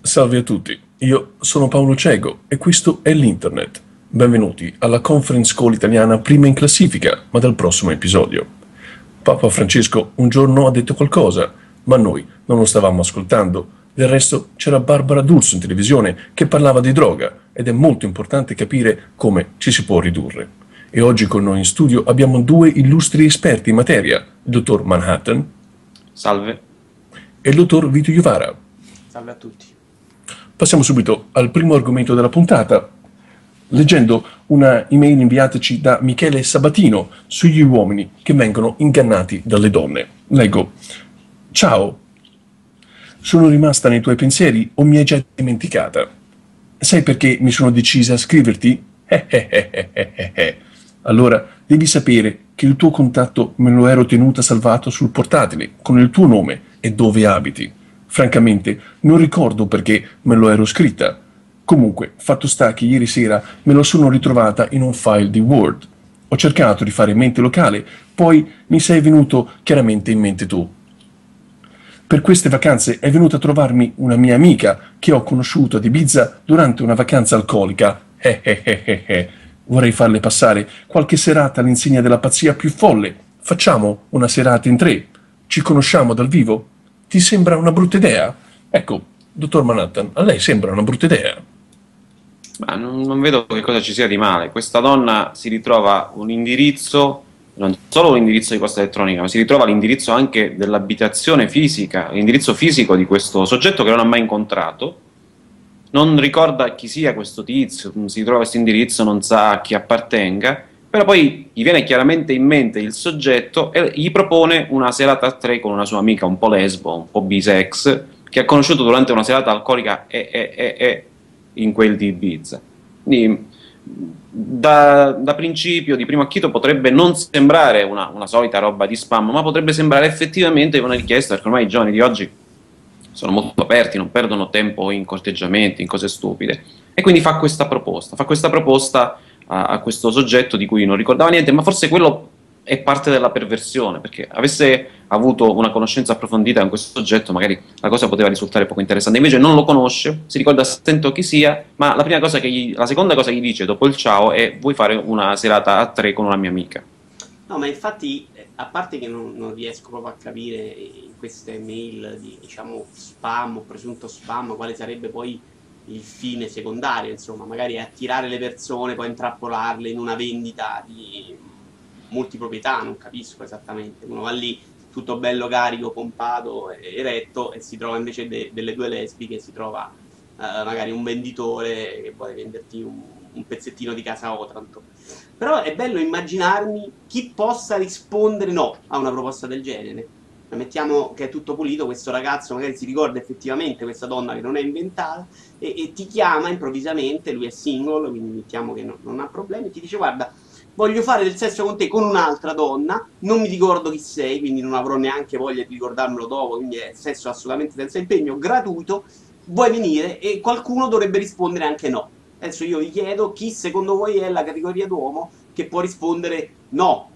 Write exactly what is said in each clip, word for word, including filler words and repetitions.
Salve a tutti, io sono Paolo Cego e questo è l'Internet. Benvenuti alla conference call italiana prima in classifica, ma del prossimo episodio. Papa Francesco un giorno ha detto qualcosa, ma noi non lo stavamo ascoltando. Del resto c'era Barbara D'Urso in televisione che parlava di droga ed è molto importante capire come ci si può ridurre. E oggi con noi in studio abbiamo due illustri esperti in materia, il dottor Manhattan. Salve. E il dottor Vito Iovara. Salve a tutti. Passiamo subito al primo argomento della puntata, leggendo una email inviataci da Michele Sabatino sugli uomini che vengono ingannati dalle donne. Leggo: ciao, sono rimasta nei tuoi pensieri o mi hai già dimenticata? Sai perché mi sono decisa a scriverti? Eh eh eh eh eh eh. Allora devi sapere che il tuo contatto me lo ero tenuta salvato sul portatile con il tuo nome e dove abiti. Francamente non ricordo perché me lo ero scritta. Comunque, fatto sta che ieri sera me lo sono ritrovata in un file di Word. Ho cercato di fare mente locale, poi mi sei venuto chiaramente in mente tu. Per queste vacanze è venuta a trovarmi una mia amica che ho conosciuto ad Ibiza durante una vacanza alcolica. Eh eh eh eh eh. Vorrei farle passare qualche serata all'insegna della pazzia più folle. Facciamo una serata in tre. Ci conosciamo dal vivo? Ti sembra una brutta idea? Ecco, dottor Manhattan, a lei sembra una brutta idea? Ma non, non vedo che cosa ci sia di male. Questa donna si ritrova un indirizzo, non solo un indirizzo di posta elettronica, ma si ritrova l'indirizzo anche dell'abitazione fisica, l'indirizzo fisico di questo soggetto che non ha mai incontrato. Non ricorda chi sia questo tizio, si ritrova questo indirizzo, non sa a chi appartenga, però poi gli viene chiaramente in mente il soggetto e gli propone una serata a tre con una sua amica un po' lesbo, un po' bisex, che ha conosciuto durante una serata alcolica e, e, e, e in quel di Ibiza. Quindi da, da principio, di primo acchito, potrebbe non sembrare una, una solita roba di spam, ma potrebbe sembrare effettivamente una richiesta, perché ormai i giovani di oggi sono molto aperti, non perdono tempo in corteggiamenti, in cose stupide, e quindi fa questa proposta, fa questa proposta a, a questo soggetto di cui non ricordava niente, ma forse quello è parte della perversione, perché avesse avuto una conoscenza approfondita con questo soggetto, magari la cosa poteva risultare poco interessante. Invece non lo conosce, si ricorda a stento chi sia, ma la prima cosa che gli, la seconda cosa che gli dice dopo il ciao è: vuoi fare una serata a tre con una mia amica? No, ma infatti, a parte che non, non riesco proprio a capire in queste mail di, diciamo, spam o presunto spam, quale sarebbe poi il fine secondario, insomma, magari attirare le persone, poi intrappolarle in una vendita di multiproprietà, non capisco esattamente. Uno va lì tutto bello carico, pompato, eretto, e si trova invece de, delle due lesbiche, si trova eh, magari un venditore che vuole venderti un, un pezzettino di casa a Otranto. Però è bello immaginarmi chi possa rispondere no a una proposta del genere. Mettiamo che è tutto pulito, questo ragazzo magari si ricorda effettivamente questa donna che non è inventata e, e ti chiama improvvisamente, lui è single, quindi mettiamo che no, non ha problemi, ti dice: guarda, voglio fare del sesso con te con un'altra donna, non mi ricordo chi sei, quindi non avrò neanche voglia di ricordarmelo dopo, quindi è sesso assolutamente senza impegno, gratuito, vuoi venire? E qualcuno dovrebbe rispondere anche no. Adesso io vi chiedo chi secondo voi è la categoria d'uomo che può rispondere no.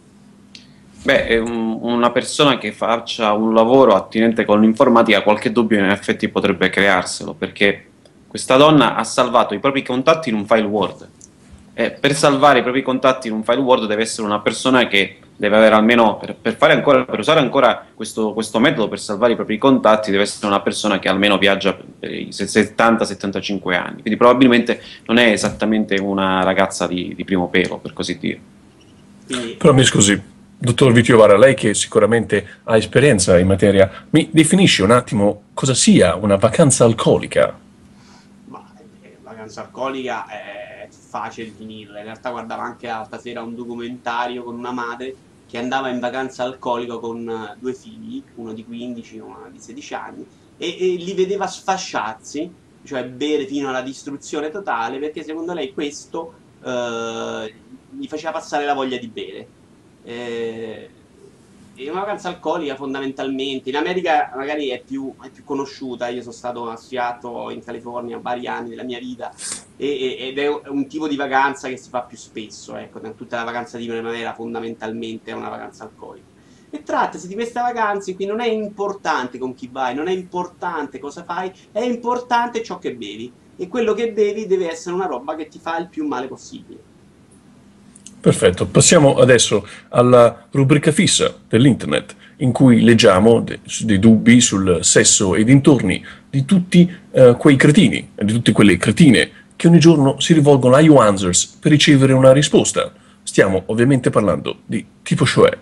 Beh, è un, una persona che faccia un lavoro attinente con l'informatica, qualche dubbio in effetti potrebbe crearselo, perché questa donna ha salvato i propri contatti in un file Word. E per salvare i propri contatti in un file Word deve essere una persona che deve avere almeno, per, per, fare ancora, per usare ancora questo, questo metodo per salvare i propri contatti, deve essere una persona che almeno viaggia per i settanta settantacinque anni, quindi probabilmente non è esattamente una ragazza di, di primo pelo, per così dire. Quindi... Però mi scusi, dottor Vito Iovara, lei che sicuramente ha esperienza in materia, mi definisce un attimo cosa sia una vacanza alcolica? Ma eh, vacanza alcolica è facile definirla. In realtà guardavo anche l'altra sera un documentario con una madre che andava in vacanza alcolica con due figli, uno di quindici e uno di sedici anni, e, e li vedeva sfasciarsi, cioè bere fino alla distruzione totale, perché secondo lei questo eh, gli faceva passare la voglia di bere. Eh, è una vacanza alcolica fondamentalmente. In America magari è più, è più conosciuta. Io sono stato a Seattle, in California, vari anni della mia vita, e, ed è un tipo di vacanza che si fa più spesso, ecco. Tutta la vacanza di primavera fondamentalmente è una vacanza alcolica. E trattasi di queste vacanze, qui non è importante con chi vai, non è importante cosa fai, è importante ciò che bevi. E quello che bevi deve essere una roba che ti fa il più male possibile. Perfetto, passiamo adesso alla rubrica fissa dell'internet, in cui leggiamo de- dei dubbi sul sesso e dintorni di tutti eh, quei cretini, di tutte quelle cretine che ogni giorno si rivolgono a YouAnswers per ricevere una risposta. Stiamo ovviamente parlando di Tipo Shoè.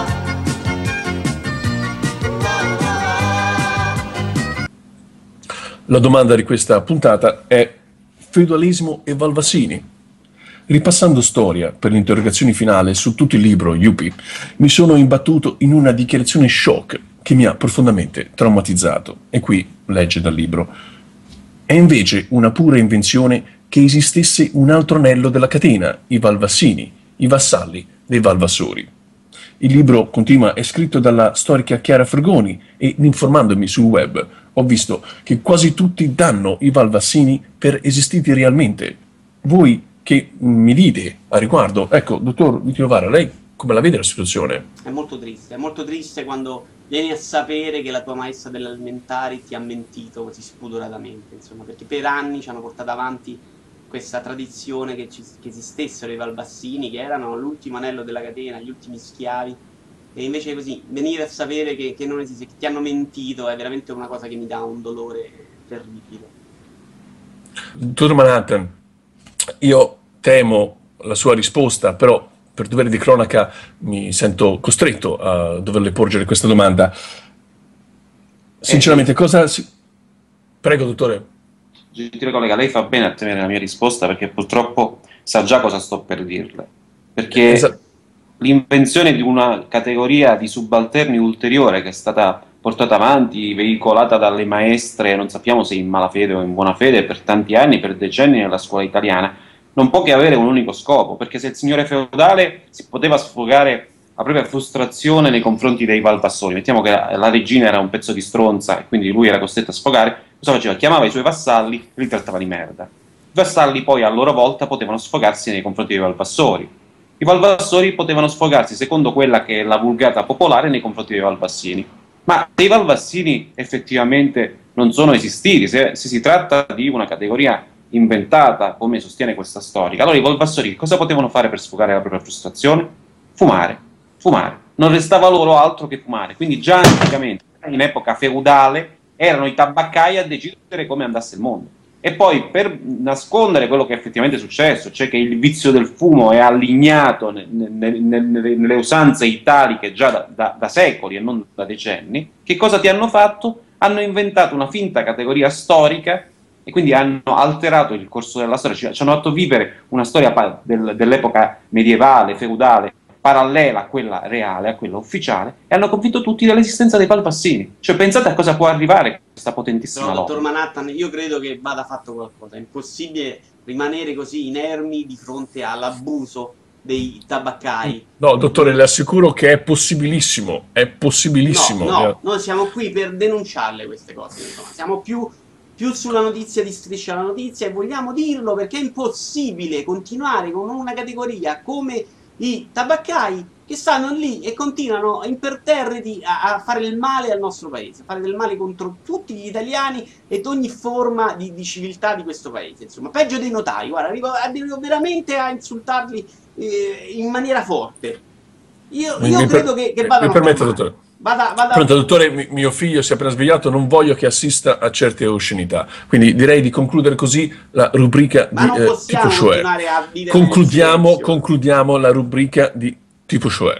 La domanda di questa puntata è: feudalismo e Valvassini? Ripassando storia per l'interrogazione finale su tutto il libro Yuppie, mi sono imbattuto in una dichiarazione shock che mi ha profondamente traumatizzato. E qui legge dal libro: è invece una pura invenzione che esistesse un altro anello della catena, i Valvassini, i vassalli dei Valvassori. Il libro, continua, è scritto dalla storica Chiara Fergoni e, informandomi sul web, ho visto che quasi tutti danno i Valvassini per esistiti realmente. Voi che mi dite a riguardo? Ecco, dottor Vittinovara, lei come la vede la situazione? È molto triste, è molto triste quando vieni a sapere che la tua maestra delle elementari ti ha mentito così spudoratamente, insomma, perché per anni ci hanno portato avanti questa tradizione che, ci, che esistessero i Valvassini, che erano l'ultimo anello della catena, gli ultimi schiavi, e invece così venire a sapere che, che non esiste, che ti hanno mentito, è veramente una cosa che mi dà un dolore terribile. Dottor Manhattan, io temo la sua risposta, però per dovere di cronaca mi sento costretto a doverle porgere questa domanda. Sinceramente, eh, cosa... Si... Prego, dottore. Gentile collega, lei fa bene a temere la mia risposta, perché purtroppo sa già cosa sto per dirle. Perché esatto. L'invenzione di una categoria di subalterni ulteriore che è stata portata avanti, veicolata dalle maestre, non sappiamo se in malafede o in buona fede, per tanti anni, per decenni nella scuola italiana, non può che avere un unico scopo, perché se il signore feudale si poteva sfogare la propria frustrazione nei confronti dei Valvassori, mettiamo che la, la regina era un pezzo di stronza e quindi lui era costretto a sfogare, cosa faceva? Chiamava i suoi vassalli e li trattava di merda. I vassalli poi a loro volta potevano sfogarsi nei confronti dei Valvassori. I Valvassori potevano sfogarsi, secondo quella che è la vulgata popolare, nei confronti dei Valvassini. Ma se i Valvassini effettivamente non sono esistiti, se, se si tratta di una categoria inventata, come sostiene questa storica, allora i Valvassori che cosa potevano fare per sfogare la propria frustrazione? Fumare, fumare. Non restava loro altro che fumare. Quindi già anticamente, in epoca feudale, erano i tabaccai a decidere come andasse il mondo. E poi, per nascondere quello che effettivamente è successo, cioè che il vizio del fumo è allignato ne, ne, ne, nelle usanze italiche già da, da, da secoli e non da decenni, che cosa ti hanno fatto? Hanno inventato una finta categoria storica e quindi hanno alterato il corso della storia, ci, ci hanno fatto vivere una storia del, dell'epoca medievale, feudale, parallela a quella reale, a quella ufficiale, e hanno convinto tutti dell'esistenza dei Valvassini. Cioè, pensate a cosa può arrivare questa potentissima no, lotta. Dottor Manhattan, io credo che vada fatto qualcosa. È impossibile rimanere così inermi di fronte all'abuso dei tabaccai. No, dottore, le assicuro che è possibilissimo, è possibilissimo. No, no, noi siamo qui per denunciarle queste cose, insomma. Siamo più, più sulla notizia di Striscia la Notizia e vogliamo dirlo perché è impossibile continuare con una categoria come i tabaccai che stanno lì e continuano imperterriti a, a fare il male al nostro paese, a fare del male contro tutti gli italiani ed ogni forma di, di civiltà di questo paese. Insomma, peggio dei notai, guarda, arrivo, arrivo veramente a insultarli eh, in maniera forte. Io, io mi credo per, che, che vadano mi permetta, dottore. Vada, vada. Pronto, dottore, mi, mio figlio si è appena svegliato, non voglio che assista a certe oscenità, quindi direi di concludere così la rubrica Ma di non eh, Tipo Shoè. Concludiamo, concludiamo la rubrica di Tipo Shoè.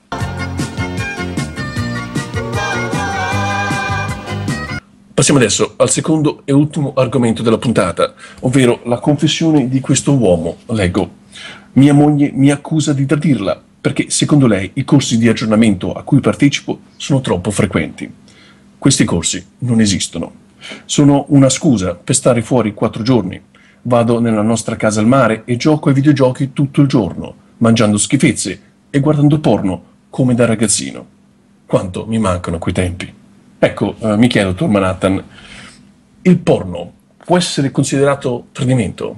Passiamo adesso al secondo e ultimo argomento della puntata, ovvero la confessione di questo uomo. Leggo: mia moglie mi accusa di tradirla, perché secondo lei i corsi di aggiornamento a cui partecipo sono troppo frequenti. Questi corsi non esistono. Sono una scusa per stare fuori quattro giorni. Vado nella nostra casa al mare e gioco ai videogiochi tutto il giorno, mangiando schifezze e guardando porno come da ragazzino. Quanto mi mancano quei tempi. Ecco, eh, mi chiedo, dottor Manhattan, il porno può essere considerato tradimento?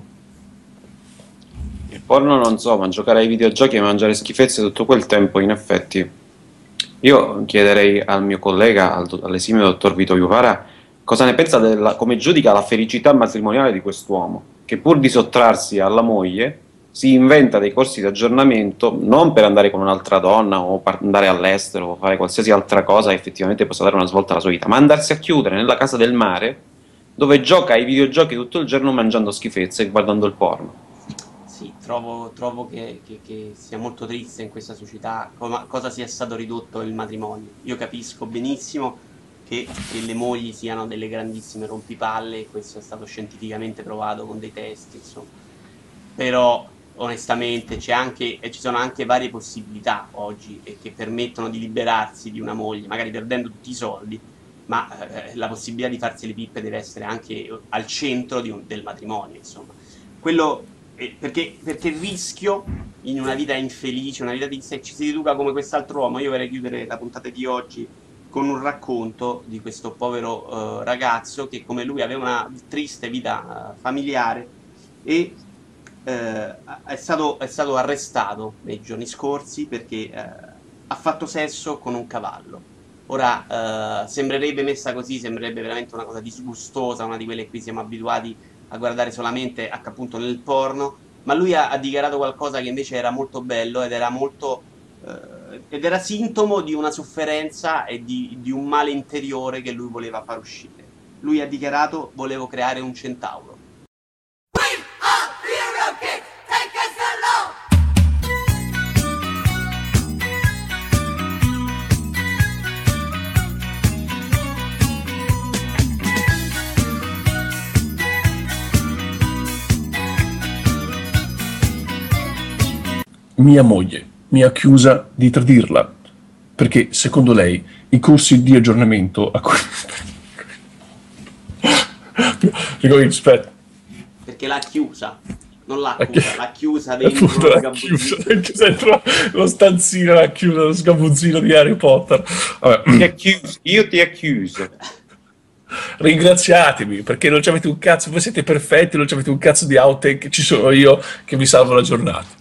Il porno non so, ma giocare ai videogiochi e mangiare schifezze tutto quel tempo, in effetti, Io chiederei al mio collega, al do- all'esimio dottor Vito Iuvara, cosa ne pensa della, come giudica la felicità matrimoniale di quest'uomo, che pur di sottrarsi alla moglie si inventa dei corsi di aggiornamento non per andare con un'altra donna o per andare all'estero o fare qualsiasi altra cosa che effettivamente possa dare una svolta alla sua vita, ma andarsi a chiudere nella casa del mare dove gioca ai videogiochi tutto il giorno mangiando schifezze e guardando il porno. Sì, trovo, trovo che, che- che sia molto triste in questa società coma- cosa sia stato ridotto il matrimonio. Io capisco benissimo che, che le mogli siano delle grandissime rompipalle, e questo è stato scientificamente provato con dei test, insomma. Però, onestamente, c'è anche, e ci sono anche varie possibilità oggi eh, che permettono di liberarsi di una moglie, magari perdendo tutti i soldi, ma eh, la possibilità di farsi le pippe deve essere anche al centro di un- del matrimonio, insomma. Quello, eh, perché, perché il rischio in una vita infelice, una vita di se ci si educa come quest'altro uomo, io vorrei chiudere la puntata di oggi con un racconto di questo povero eh, ragazzo che come lui aveva una triste vita eh, familiare e eh, è stato, è stato arrestato nei giorni scorsi perché eh, ha fatto sesso con un cavallo. Ora, eh, sembrerebbe messa così, sembrerebbe veramente una cosa disgustosa, una di quelle a cui siamo abituati a guardare solamente appunto nel porno, ma lui ha, ha dichiarato qualcosa che invece era molto bello ed era molto eh, ed era sintomo di una sofferenza e di, di un male interiore che lui voleva far uscire. Lui ha dichiarato: volevo creare un centauro. Mia moglie mi ha accusa di tradirla perché, secondo lei, i corsi di aggiornamento a cui... Dico, aspetta, Perché l'ha chiusa, non l'ha la chi- accusa, l'ha chiusa dentro appunto uno l'ha sgabuzzino. chiusa, l'ha chiusa dentro lo stanzino, l'ha chiusa lo sgabuzzino di Harry Potter. Vabbè. Ti accuso, io ti accuso. Ringraziatemi perché non ci avete un cazzo, voi siete perfetti, non ci avete un cazzo di outtake, ci sono io che vi salvo la giornata.